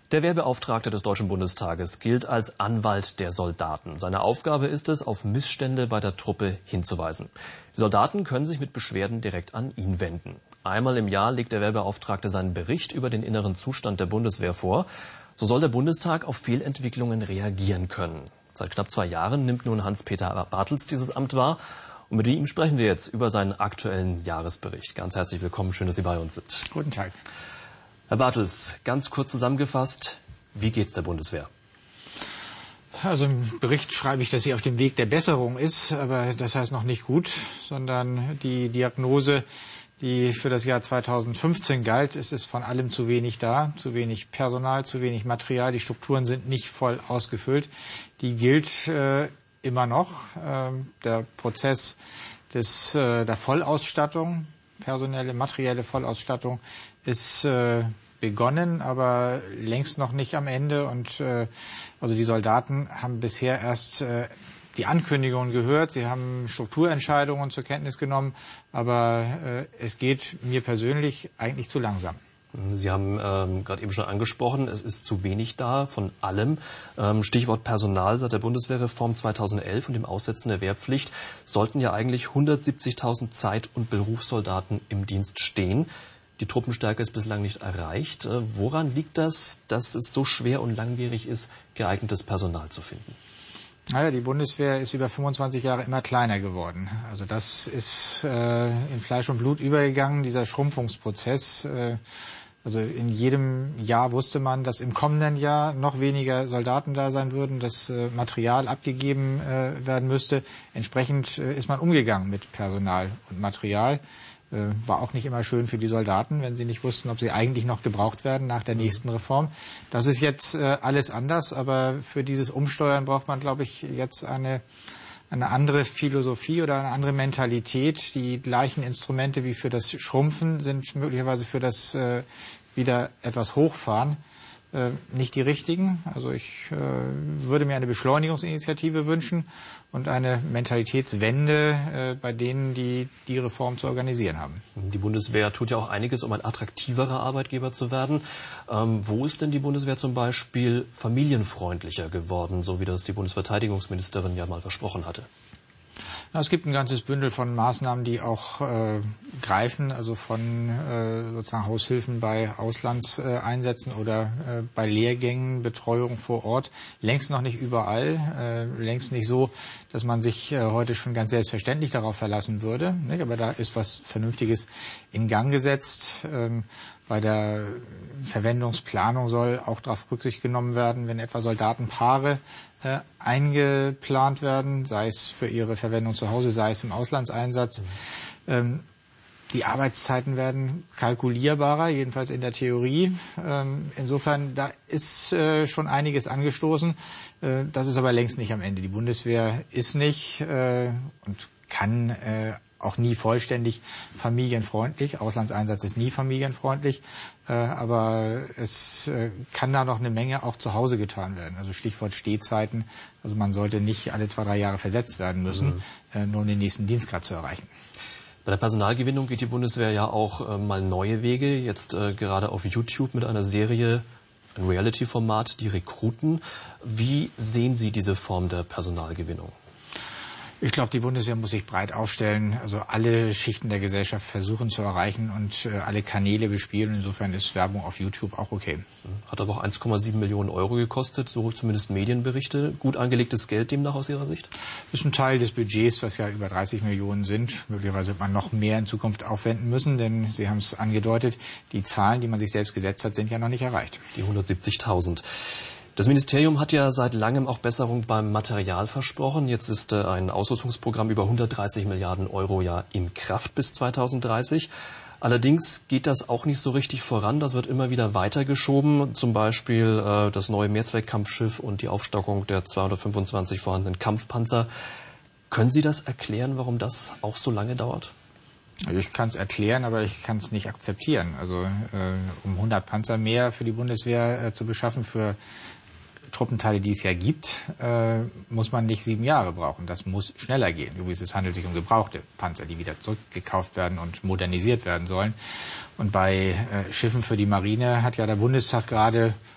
Der Wehrbeauftragte des Deutschen Bundestages gilt als Anwalt der Soldaten. Seine Aufgabe ist es, auf Missstände bei der Truppe hinzuweisen. Die Soldaten können sich mit Beschwerden direkt an ihn wenden. Einmal im Jahr legt der Wehrbeauftragte seinen Bericht über den inneren Zustand der Bundeswehr vor. So soll der Bundestag auf Fehlentwicklungen reagieren können. Seit knapp 2 Jahren nimmt nun Hans-Peter Bartels dieses Amt wahr. Und mit ihm sprechen wir jetzt über seinen aktuellen Jahresbericht. Ganz herzlich willkommen, schön, dass Sie bei uns sind. Guten Tag. Herr Bartels, ganz kurz zusammengefasst, wie geht's der Bundeswehr? Also im Bericht schreibe ich, dass sie auf dem Weg der Besserung ist, aber das heißt noch nicht gut, sondern die Diagnose, die für das Jahr 2015 galt, ist es von allem zu wenig da, zu wenig Personal, zu wenig Material, die Strukturen sind nicht voll ausgefüllt. Die gilt immer noch. Der Prozess der Vollausstattung, personelle, materielle Vollausstattung ist begonnen, aber längst noch nicht am Ende. Und also die Soldaten haben bisher erst die Ankündigungen gehört. Sie haben Strukturentscheidungen zur Kenntnis genommen, aber es geht mir persönlich eigentlich zu langsam. Sie haben gerade eben schon angesprochen, es ist zu wenig da von allem. Stichwort Personal. Seit der Bundeswehrreform 2011 und dem Aussetzen der Wehrpflicht sollten ja eigentlich 170.000 Zeit- und Berufssoldaten im Dienst stehen. Die Truppenstärke ist bislang nicht erreicht. Woran liegt das, dass es so schwer und langwierig ist, geeignetes Personal zu finden? Naja, die Bundeswehr ist über 25 Jahre immer kleiner geworden. Also das ist in Fleisch und Blut übergegangen, dieser Schrumpfungsprozess. Also in jedem Jahr wusste man, dass im kommenden Jahr noch weniger Soldaten da sein würden, dass Material abgegeben werden müsste. Entsprechend ist man umgegangen mit Personal und Material. War auch nicht immer schön für die Soldaten, wenn sie nicht wussten, ob sie eigentlich noch gebraucht werden nach der nächsten Reform. Das ist jetzt alles anders, aber für dieses Umsteuern braucht man, glaube ich, jetzt eine andere Philosophie oder eine andere Mentalität. Die gleichen Instrumente wie für das Schrumpfen sind möglicherweise für das wieder etwas Hochfahren nicht die richtigen. Also ich würde mir eine Beschleunigungsinitiative wünschen und eine Mentalitätswende bei denen, die die Reform zu organisieren haben. Die Bundeswehr tut ja auch einiges, um ein attraktiverer Arbeitgeber zu werden. Wo ist denn die Bundeswehr zum Beispiel familienfreundlicher geworden, so wie das die Bundesverteidigungsministerin ja mal versprochen hatte? Es gibt ein ganzes Bündel von Maßnahmen, die auch greifen, also von sozusagen Haushilfen bei Auslandseinsätzen oder bei Lehrgängen, Betreuung vor Ort. Längst noch nicht überall, längst nicht so, dass man sich heute schon ganz selbstverständlich darauf verlassen würde. Nicht? Aber da ist was Vernünftiges in Gang gesetzt. Bei der Verwendungsplanung soll auch darauf Rücksicht genommen werden, wenn etwa Soldatenpaare eingeplant werden, sei es für ihre Verwendung zu Hause, sei es im Auslandseinsatz. Die Arbeitszeiten werden kalkulierbarer, jedenfalls in der Theorie. Insofern, da ist schon einiges angestoßen. Das ist aber längst nicht am Ende. Die Bundeswehr ist nicht und kann auch nie vollständig familienfreundlich. Auslandseinsatz ist nie familienfreundlich, aber es kann da noch eine Menge auch zu Hause getan werden. Also Stichwort Stehzeiten. Also man sollte nicht alle 2-3 Jahre versetzt werden müssen, nur um den nächsten Dienstgrad zu erreichen. Bei der Personalgewinnung geht die Bundeswehr ja auch mal neue Wege. Jetzt gerade auf YouTube mit einer Serie, ein Reality-Format, die Rekruten. Wie sehen Sie diese Form der Personalgewinnung? Ich glaube, die Bundeswehr muss sich breit aufstellen, also alle Schichten der Gesellschaft versuchen zu erreichen und alle Kanäle bespielen. Insofern ist Werbung auf YouTube auch okay. Hat aber auch 1,7 Millionen Euro gekostet, so zumindest Medienberichte. Gut angelegtes Geld demnach aus Ihrer Sicht? Das ist ein Teil des Budgets, was ja über 30 Millionen sind. Möglicherweise wird man noch mehr in Zukunft aufwenden müssen, denn Sie haben es angedeutet, die Zahlen, die man sich selbst gesetzt hat, sind ja noch nicht erreicht. Die 170.000. Das Ministerium hat ja seit langem auch Besserung beim Material versprochen. Jetzt ist ein Ausrüstungsprogramm über 130 Milliarden Euro ja in Kraft bis 2030. Allerdings geht das auch nicht so richtig voran. Das wird immer wieder weitergeschoben. Zum Beispiel das neue Mehrzweckkampfschiff und die Aufstockung der 225 vorhandenen Kampfpanzer. Können Sie das erklären, warum das auch so lange dauert? Also ich kann es erklären, aber ich kann es nicht akzeptieren. Also um 100 Panzer mehr für die Bundeswehr zu beschaffen, für Truppenteile, die es ja gibt, muss man nicht 7 Jahre brauchen. Das muss schneller gehen. Übrigens, es handelt sich um gebrauchte Panzer, die wieder zurückgekauft werden und modernisiert werden sollen. Und bei Schiffen für die Marine hat ja der Bundestag gerade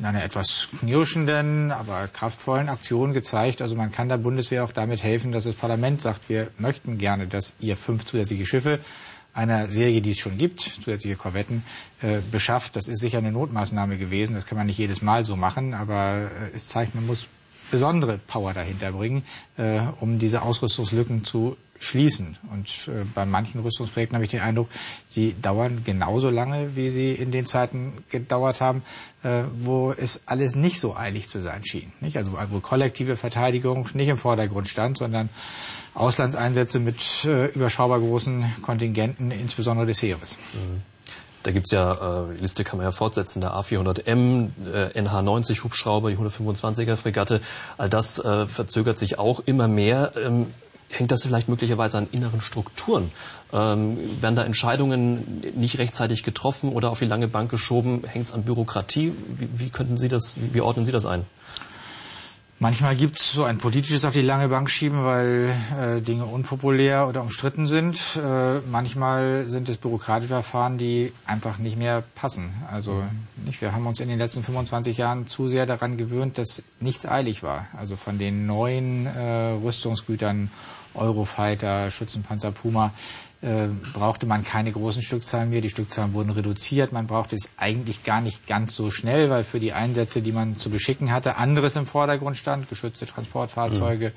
in einer etwas knirschenden, aber kraftvollen Aktion gezeigt. Also man kann der Bundeswehr auch damit helfen, dass das Parlament sagt, wir möchten gerne, dass ihr 5 zusätzliche Schiffe einer Serie, die es schon gibt, zusätzliche Korvetten, beschafft. Das ist sicher eine Notmaßnahme gewesen. Das kann man nicht jedes Mal so machen, aber es zeigt, man muss besondere Power dahinter bringen, um diese Ausrüstungslücken zu schließen. Und bei manchen Rüstungsprojekten habe ich den Eindruck, sie dauern genauso lange, wie sie in den Zeiten gedauert haben, wo es alles nicht so eilig zu sein schien. Nicht? Also wo kollektive Verteidigung nicht im Vordergrund stand, sondern Auslandseinsätze mit überschaubar großen Kontingenten, insbesondere des Heeres. Da gibt's ja, die Liste kann man ja fortsetzen, der A400M, NH90 Hubschrauber, die 125er Fregatte, all das verzögert sich auch immer mehr. Hängt das vielleicht möglicherweise an inneren Strukturen? Werden da Entscheidungen nicht rechtzeitig getroffen oder auf die lange Bank geschoben? Hängt es an Bürokratie? Wie ordnen Sie das ein? Manchmal gibt es so ein politisches auf die lange Bank schieben, weil Dinge unpopulär oder umstritten sind. Manchmal sind es bürokratische Verfahren, die einfach nicht mehr passen. Also wir haben uns in den letzten 25 Jahren zu sehr daran gewöhnt, dass nichts eilig war. Also von den neuen Rüstungsgütern, Eurofighter, Schützenpanzer Puma, brauchte man keine großen Stückzahlen mehr. Die Stückzahlen wurden reduziert. Man brauchte es eigentlich gar nicht ganz so schnell, weil für die Einsätze, die man zu beschicken hatte, anderes im Vordergrund stand. Geschützte Transportfahrzeuge,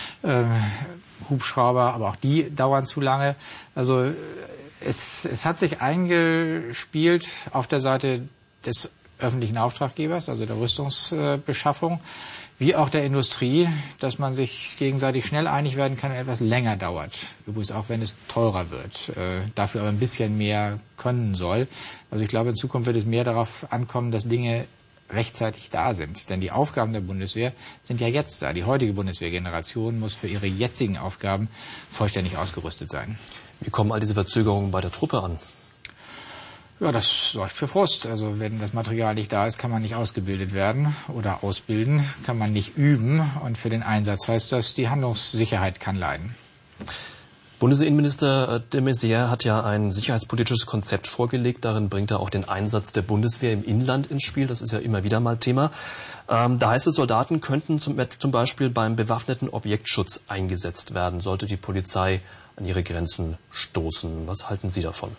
Hubschrauber, aber auch die dauern zu lange. Also es hat sich eingespielt auf der Seite des öffentlichen Auftraggebers, also der Rüstungsbeschaffung, wie auch der Industrie, dass man sich gegenseitig schnell einig werden kann und etwas länger dauert. Übrigens auch, wenn es teurer wird, dafür aber ein bisschen mehr können soll. Also ich glaube, in Zukunft wird es mehr darauf ankommen, dass Dinge rechtzeitig da sind. Denn die Aufgaben der Bundeswehr sind ja jetzt da. Die heutige Bundeswehrgeneration muss für ihre jetzigen Aufgaben vollständig ausgerüstet sein. Wie kommen all diese Verzögerungen bei der Truppe an? Ja, das sorgt für Frust. Also wenn das Material nicht da ist, kann man nicht ausgebildet werden oder ausbilden, kann man nicht üben. Und für den Einsatz heißt das, die Handlungssicherheit kann leiden. Bundesinnenminister de Maizière hat ja ein sicherheitspolitisches Konzept vorgelegt. Darin bringt er auch den Einsatz der Bundeswehr im Inland ins Spiel. Das ist ja immer wieder mal Thema. Da heißt es, Soldaten könnten zum Beispiel beim bewaffneten Objektschutz eingesetzt werden, sollte die Polizei an ihre Grenzen stoßen. Was halten Sie davon?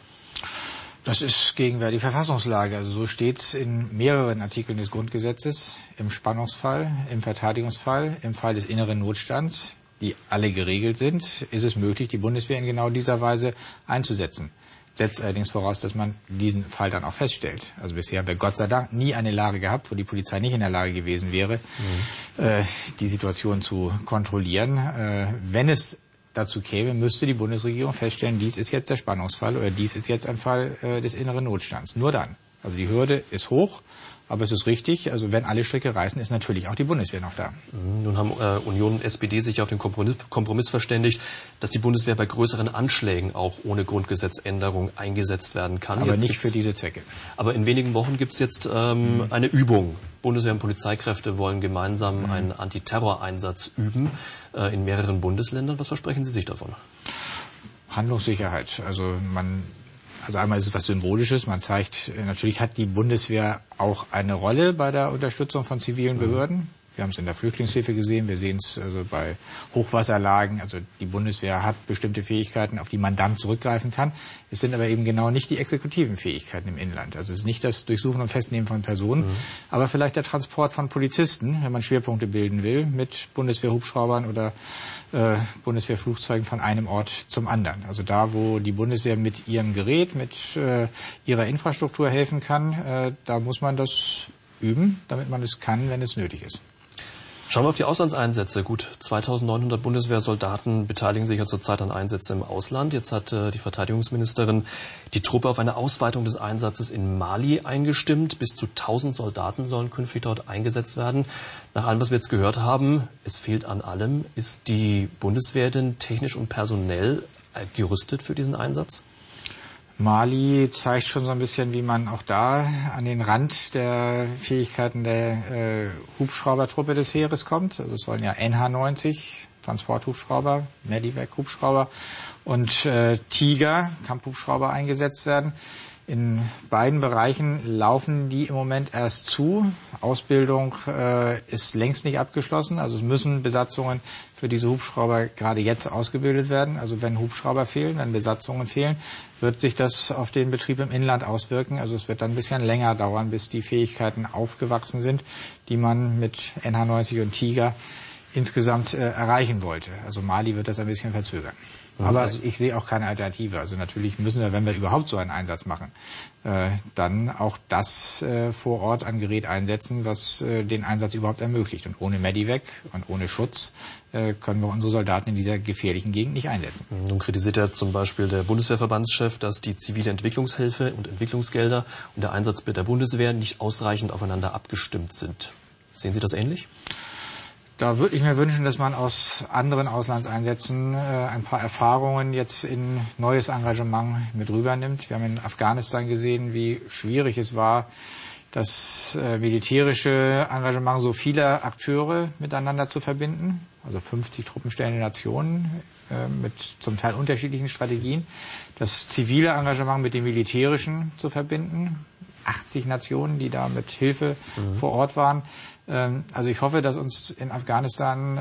Das ist gegenwärtig die Verfassungslage. Also so steht es in mehreren Artikeln des Grundgesetzes, im Spannungsfall, im Verteidigungsfall, im Fall des inneren Notstands, die alle geregelt sind, ist es möglich, die Bundeswehr in genau dieser Weise einzusetzen. Setzt allerdings voraus, dass man diesen Fall dann auch feststellt. Also bisher haben wir Gott sei Dank nie eine Lage gehabt, wo die Polizei nicht in der Lage gewesen wäre, die Situation zu kontrollieren. Wenn es dazu käme, müsste die Bundesregierung feststellen, dies ist jetzt der Spannungsfall oder dies ist jetzt ein Fall des inneren Notstands. Nur dann. Also die Hürde ist hoch, aber es ist richtig. Also wenn alle Stricke reißen, ist natürlich auch die Bundeswehr noch da. Nun haben Union und SPD sich auf den Kompromiss verständigt, dass die Bundeswehr bei größeren Anschlägen auch ohne Grundgesetzänderung eingesetzt werden kann. Aber jetzt nicht für diese Zwecke. Aber in wenigen Wochen gibt es jetzt eine Übung. Bundeswehr und Polizeikräfte wollen gemeinsam einen Antiterroreinsatz üben in mehreren Bundesländern. Was versprechen Sie sich davon? Handlungssicherheit. Also einmal ist es was Symbolisches. Man zeigt, natürlich hat die Bundeswehr auch eine Rolle bei der Unterstützung von zivilen Behörden. Wir haben es in der Flüchtlingshilfe gesehen, wir sehen es also bei Hochwasserlagen. Also die Bundeswehr hat bestimmte Fähigkeiten, auf die man dann zurückgreifen kann. Es sind aber eben genau nicht die exekutiven Fähigkeiten im Inland. Also es ist nicht das Durchsuchen und Festnehmen von Personen, aber vielleicht der Transport von Polizisten, wenn man Schwerpunkte bilden will, mit Bundeswehrhubschraubern oder Bundeswehrflugzeugen von einem Ort zum anderen. Also da, wo die Bundeswehr mit ihrem Gerät, mit ihrer Infrastruktur helfen kann, da muss man das üben, damit man es kann, wenn es nötig ist. Schauen wir auf die Auslandseinsätze. Gut 2900 Bundeswehrsoldaten beteiligen sich ja zurzeit an Einsätzen im Ausland. Jetzt hat die Verteidigungsministerin die Truppe auf eine Ausweitung des Einsatzes in Mali eingestimmt. Bis zu 1000 Soldaten sollen künftig dort eingesetzt werden. Nach allem, was wir jetzt gehört haben, es fehlt an allem. Ist die Bundeswehr denn technisch und personell gerüstet für diesen Einsatz? Mali zeigt schon so ein bisschen, wie man auch da an den Rand der Fähigkeiten der Hubschraubertruppe des Heeres kommt. Also es sollen ja NH90 Transporthubschrauber, Medivac-Hubschrauber und Tiger, Kampfhubschrauber eingesetzt werden. In beiden Bereichen laufen die im Moment erst zu. Ausbildung ist längst nicht abgeschlossen. Also es müssen Besatzungen für diese Hubschrauber gerade jetzt ausgebildet werden. Also wenn Hubschrauber fehlen, wenn Besatzungen fehlen, wird sich das auf den Betrieb im Inland auswirken. Also es wird dann ein bisschen länger dauern, bis die Fähigkeiten aufgewachsen sind, die man mit NH90 und Tiger insgesamt erreichen wollte. Also Mali wird das ein bisschen verzögern. Aber ich sehe auch keine Alternative. Also natürlich müssen wir, wenn wir überhaupt so einen Einsatz machen, dann auch das vor Ort an Gerät einsetzen, was den Einsatz überhaupt ermöglicht. Und ohne Medivac und ohne Schutz können wir unsere Soldaten in dieser gefährlichen Gegend nicht einsetzen. Nun kritisiert ja zum Beispiel der Bundeswehrverbandschef, dass die zivile Entwicklungshilfe und Entwicklungsgelder und der Einsatz der Bundeswehr nicht ausreichend aufeinander abgestimmt sind. Sehen Sie das ähnlich? Da würde ich mir wünschen, dass man aus anderen Auslandseinsätzen ein paar Erfahrungen jetzt in neues Engagement mit rübernimmt. Wir haben in Afghanistan gesehen, wie schwierig es war, das militärische Engagement so vieler Akteure miteinander zu verbinden. Also 50 truppenstellende Nationen mit zum Teil unterschiedlichen Strategien. Das zivile Engagement mit dem militärischen zu verbinden. 80 Nationen, die da mit Hilfe vor Ort waren. Also ich hoffe, dass uns in Afghanistan,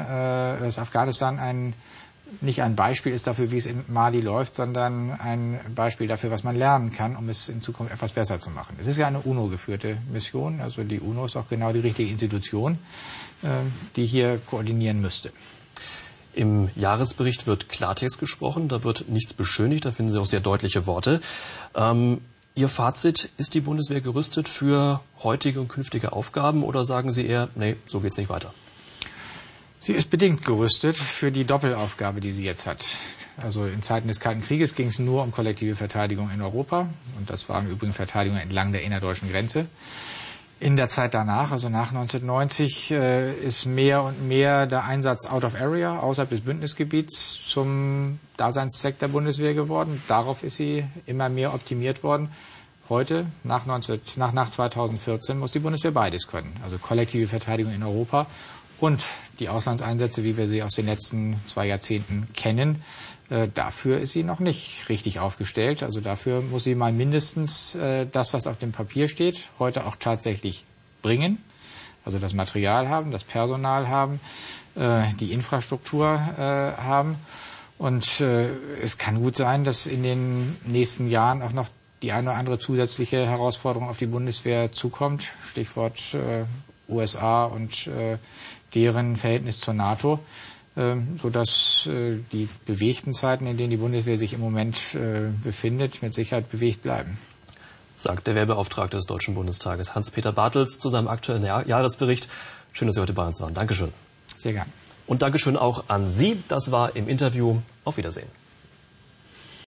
nicht ein Beispiel ist dafür, wie es in Mali läuft, sondern ein Beispiel dafür, was man lernen kann, um es in Zukunft etwas besser zu machen. Es ist ja eine UNO-geführte Mission, also die UNO ist auch genau die richtige Institution, die hier koordinieren müsste. Im Jahresbericht wird Klartext gesprochen, da wird nichts beschönigt, da finden Sie auch sehr deutliche Worte. Ihr Fazit, ist die Bundeswehr gerüstet für heutige und künftige Aufgaben oder sagen Sie eher, nee, so geht's nicht weiter? Sie ist bedingt gerüstet für die Doppelaufgabe, die sie jetzt hat. Also in Zeiten des Kalten Krieges ging es nur um kollektive Verteidigung in Europa und das war im Übrigen Verteidigung entlang der innerdeutschen Grenze. In der Zeit danach, also nach 1990, ist mehr und mehr der Einsatz out of area, außerhalb des Bündnisgebiets, zum Daseinszweck der Bundeswehr geworden. Darauf ist sie immer mehr optimiert worden. Heute, nach 2014, muss die Bundeswehr beides können. Also kollektive Verteidigung in Europa und die Auslandseinsätze, wie wir sie aus den letzten 2 Jahrzehnten kennen. Dafür ist sie noch nicht richtig aufgestellt. Also dafür muss sie mal mindestens das, was auf dem Papier steht, heute auch tatsächlich bringen. Also das Material haben, das Personal haben, die Infrastruktur haben. Und es kann gut sein, dass in den nächsten Jahren auch noch die eine oder andere zusätzliche Herausforderung auf die Bundeswehr zukommt. Stichwort USA und deren Verhältnis zur NATO. Sodass die bewegten Zeiten, in denen die Bundeswehr sich im Moment befindet, mit Sicherheit bewegt bleiben. Sagt der Wehrbeauftragte des Deutschen Bundestages Hans-Peter Bartels zu seinem aktuellen Jahresbericht. Schön, dass Sie heute bei uns waren. Dankeschön. Sehr gern. Und Dankeschön auch an Sie. Das war im Interview. Auf Wiedersehen.